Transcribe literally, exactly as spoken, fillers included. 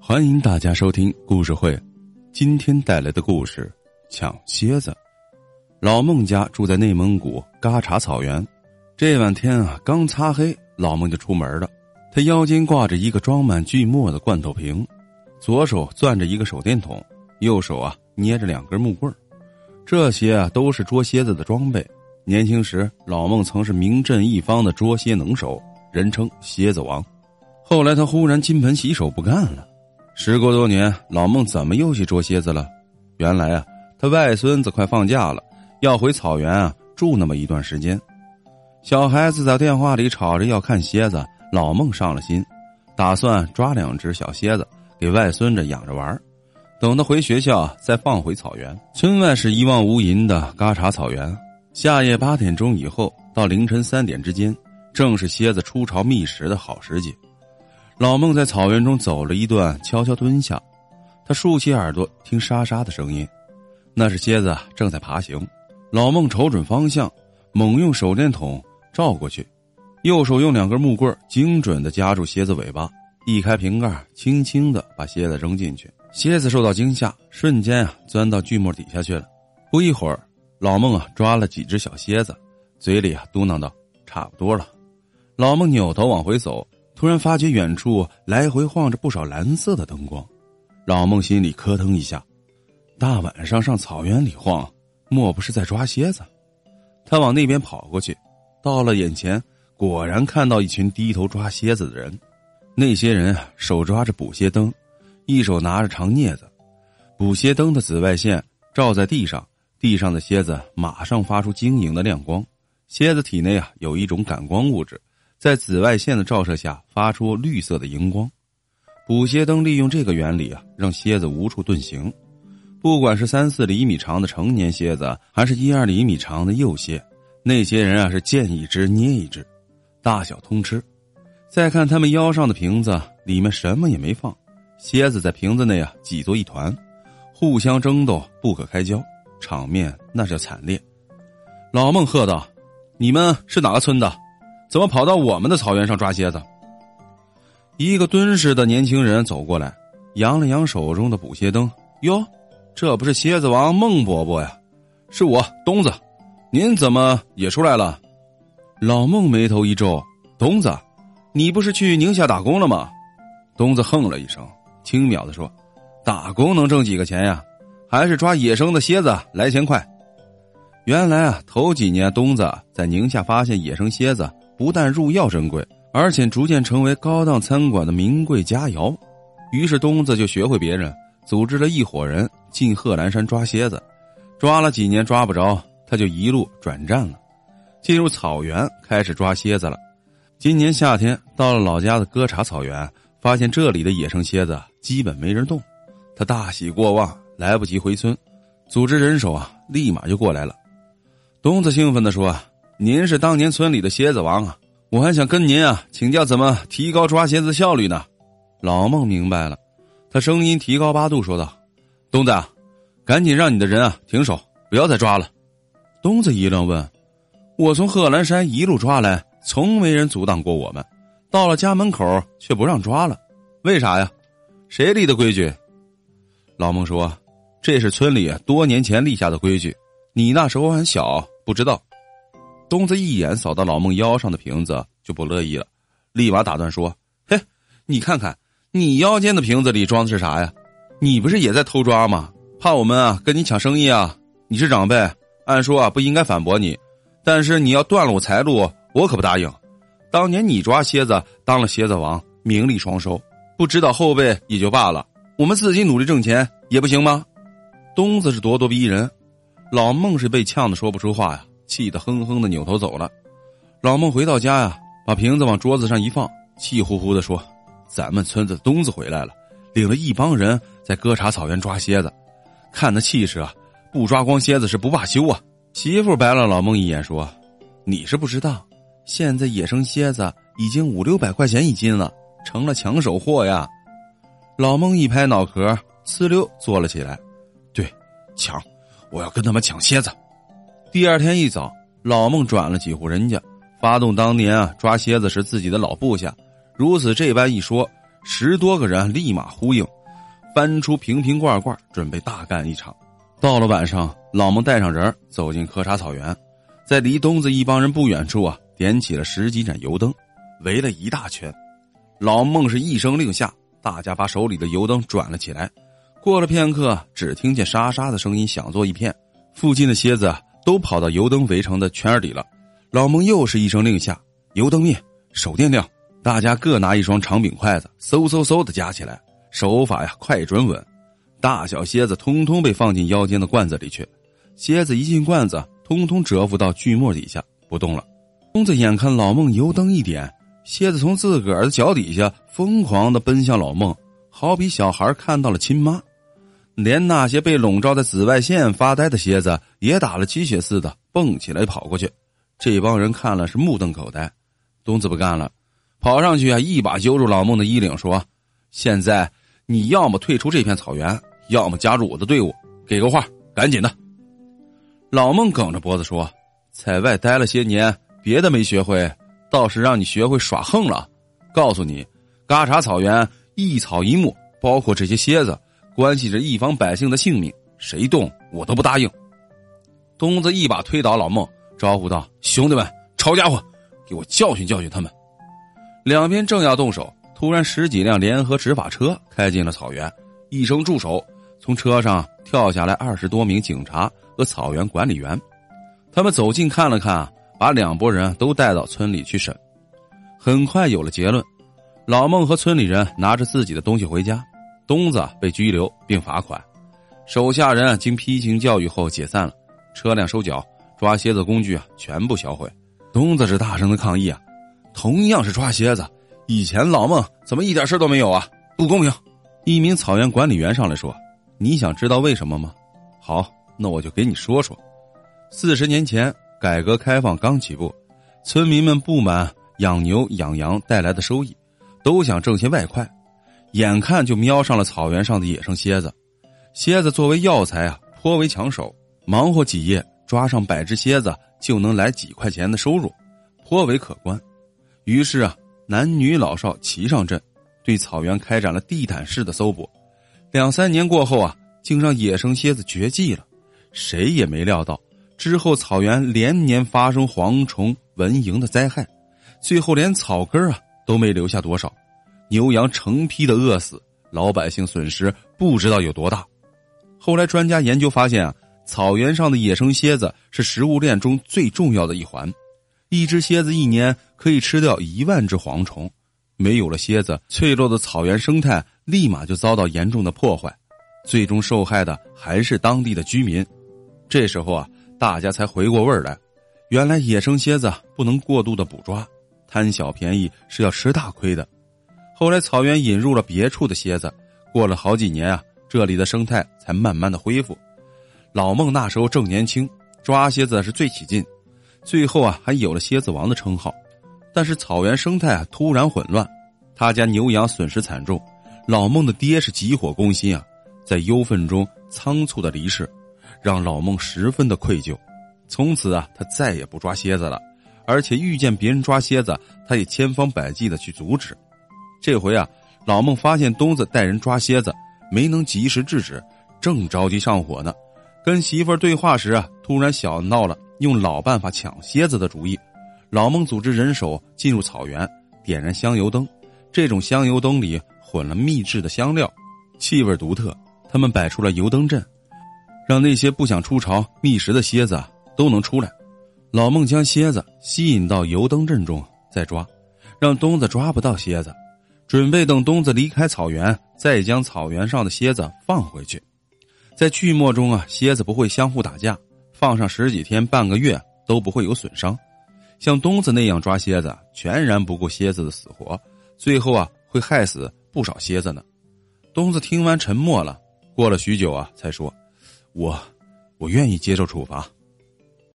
欢迎大家收听故事会，今天带来的故事抢蝎子。老孟家住在内蒙古嘎查草原，这晚天啊刚擦黑，老孟就出门了。他腰间挂着一个装满锯末的罐头瓶，左手攥着一个手电筒，右手啊捏着两根木棍。这些啊都是捉蝎子的装备。年轻时老孟曾是名震一方的捉蝎能手，人称蝎子王。后来他忽然金盆洗手不干了。时过多年，老孟怎么又去捉蝎子了？原来啊他外孙子快放假了，要回草原啊住那么一段时间。小孩子在电话里吵着要看蝎子，老孟上了心，打算抓两只小蝎子给外孙子养着玩，等他回学校再放回草原。村外是一望无垠的嘎查草原，夏夜八点钟以后到凌晨三点之间，正是蝎子出巢觅食的好时节。老孟在草原中走了一段，悄悄蹲下，他竖起耳朵听沙沙的声音，那是蝎子正在爬行。老孟瞅准方向，猛用手电筒照过去，右手用两根木棍精准地夹住蝎子尾巴，一开瓶盖，轻轻地把蝎子扔进去。蝎子受到惊吓，瞬间啊钻到锯末底下去了。不一会儿，老孟啊抓了几只小蝎子，嘴里啊嘟囔道：“差不多了。”老孟扭头往回走，突然发觉远处来回晃着不少蓝色的灯光。老孟心里咯噔一下，大晚上上草原里晃，莫不是在抓蝎子？他往那边跑过去，到了眼前，果然看到一群低头抓蝎子的人。那些人手抓着捕蝎灯，一手拿着长镊子。捕蝎灯的紫外线照在地上，地上的蝎子马上发出晶莹的亮光。蝎子体内啊有一种感光物质，在紫外线的照射下发出绿色的荧光。捕蝎灯利用这个原理啊，让蝎子无处遁形。不管是三四厘米长的成年蝎子，还是一二厘米长的幼蝎，那些人啊是见一只捏一只，大小通吃。再看他们腰上的瓶子，里面什么也没放，蝎子在瓶子内啊挤作一团，互相争斗不可开交，场面那是惨烈。老孟喝道：“你们是哪个村的？怎么跑到我们的草原上抓蝎子？”一个敦实的年轻人走过来，扬了扬手中的捕蝎灯：“哟，这不是蝎子王孟伯伯呀？是我东子，您怎么也出来了？”老孟眉头一皱：“东子，你不是去宁夏打工了吗？”东子哼了一声，轻描地说：“打工能挣几个钱呀？还是抓野生的蝎子来钱快。”原来啊，头几年东子在宁夏发现野生蝎子不但入药珍贵，而且逐渐成为高档餐馆的名贵佳肴。于是东子就学会别人，组织了一伙人进贺兰山抓蝎子。抓了几年抓不着，他就一路转战了，进入草原开始抓蝎子了。今年夏天到了老家的哥查草原，发现这里的野生蝎子基本没人动，他大喜过望，来不及回村，组织人手啊立马就过来了。东子兴奋地说：“您是当年村里的蝎子王啊，我还想跟您啊请教怎么提高抓蝎子效率呢。”老孟明白了，他声音提高八度说道：“东子啊，赶紧让你的人啊停手，不要再抓了。”东子一愣问：“我从贺兰山一路抓来，从没人阻挡过我们，到了家门口却不让抓了，为啥呀？谁立的规矩？”老孟说：“这是村里多年前立下的规矩，你那时候还小，不知道。”东子一眼扫到老孟腰上的瓶子就不乐意了，立马打断说：“嘿，你看看你腰间的瓶子里装的是啥呀？你不是也在偷抓吗？怕我们啊跟你抢生意啊？你是长辈，按说啊不应该反驳你，但是你要断了我财路，我可不答应。当年你抓蝎子当了蝎子王，名利双收，不知道后辈也就罢了，我们自己努力挣钱也不行吗？”东子是咄咄逼人，老孟是被呛得说不出话呀，气得哼哼的扭头走了。老孟回到家呀，把瓶子往桌子上一放，气呼呼地说：“咱们村子的东子回来了，领了一帮人在哥查草原抓蝎子，看那气势啊，不抓光蝎子是不罢休啊。”媳妇白了老孟一眼说：“你是不知道，现在野生蝎子已经五六百块钱一斤了，成了抢手货呀。”老孟一拍脑壳，呲溜坐了起来：“对，抢，我要跟他们抢蝎子。”第二天一早，老孟转了几户人家，发动当年啊抓蝎子时自己的老部下，如此这般一说，十多个人立马呼应， 翻出瓶瓶罐罐，准备大干一场。到了晚上，老孟带上人走进科查草原，在离东子一帮人不远处啊，点起了十几盏油灯，围了一大圈。老孟是一声令下，大家把手里的油灯转了起来。过了片刻，只听见沙沙的声音响作一片，附近的蝎子都跑到油灯围成的圈里了。老孟又是一声令下，油灯灭，手电亮，大家各拿一双长柄筷子，嗖嗖嗖的夹起来，手法呀快准稳。大小蝎子通通被放进腰间的罐子里去，蝎子一进罐子，通通蛰伏到锯末底下不动了。东子眼看老孟油灯一点，蝎子从自个儿的脚底下疯狂地奔向老孟，好比小孩看到了亲妈。连那些被笼罩在紫外线发呆的蝎子也打了鸡血似的蹦起来跑过去。这帮人看了是目瞪口呆。东子不干了，跑上去啊，一把揪住老孟的衣领说：现在你要么退出这片草原，要么加入我的队伍，给个话，赶紧的。老孟梗着脖子说：在外待了些年，别的没学会，倒是让你学会耍横了。告诉你，嘎查草原一草一木，包括这些蝎子，关系着一方百姓的性命，谁动我都不答应。东子一把推倒老孟，招呼道：兄弟们，抄家伙，给我教训教训他们。两边正要动手，突然十几辆联合执法车开进了草原，一声住手，从车上跳下来二十多名警察和草原管理员。他们走近看了看，把两拨人都带到村里去审。很快有了结论，老孟和村里人拿着自己的东西回家，东子被拘留并罚款，手下人经批评教育后解散了，车辆收缴，抓蝎子工具啊全部销毁。东子是大声的抗议啊，同样是抓蝎子，以前老孟怎么一点事都没有啊，不公平。一名草原管理员上来说：你想知道为什么吗？好，那我就给你说说。四十年前改革开放刚起步，村民们不满养牛养羊带来的收益，都想挣些外快，眼看就瞄上了草原上的野生蝎子。蝎子作为药材啊，颇为抢手，忙活几夜抓上百只蝎子就能来几块钱的收入，颇为可观。于是啊，男女老少齐上阵，对草原开展了地毯式的搜捕。两三年过后啊，竟让野生蝎子绝迹了。谁也没料到，之后草原连年发生蝗虫蚊蝇的灾害，最后连草根啊都没留下多少，牛羊成批的饿死，老百姓损失不知道有多大。后来专家研究发现啊，草原上的野生蝎子是食物链中最重要的一环，一只蝎子一年可以吃掉一万只蝗虫。没有了蝎子，脆弱的草原生态立马就遭到严重的破坏，最终受害的还是当地的居民。这时候啊，大家才回过味儿来，原来野生蝎子不能过度的捕抓，贪小便宜是要吃大亏的。后来草原引入了别处的蝎子，过了好几年啊，这里的生态才慢慢的恢复。老孟那时候正年轻，抓蝎子是最起劲，最后啊还有了蝎子王的称号。但是草原生态啊突然混乱，他家牛羊损失惨重，老孟的爹是急火攻心啊，在忧愤中仓促的离世，让老孟十分的愧疚。从此啊，他再也不抓蝎子了，而且遇见别人抓蝎子，他也千方百计的去阻止。这回啊，老孟发现东子带人抓蝎子，没能及时制止，正着急上火呢。跟媳妇儿对话时啊，突然想到了用老办法抢蝎子的主意。老孟组织人手进入草原，点燃香油灯，这种香油灯里混了秘制的香料，气味独特。他们摆出了油灯阵，让那些不想出巢觅食的蝎子都能出来。老孟将蝎子吸引到油灯阵中再抓，让东子抓不到蝎子，准备等东子离开草原，再将草原上的蝎子放回去。在锯末中啊，蝎子不会相互打架，放上十几天半个月都不会有损伤。像东子那样抓蝎子，全然不顾蝎子的死活，最后啊会害死不少蝎子呢。东子听完沉默了，过了许久啊才说：我我愿意接受处罚。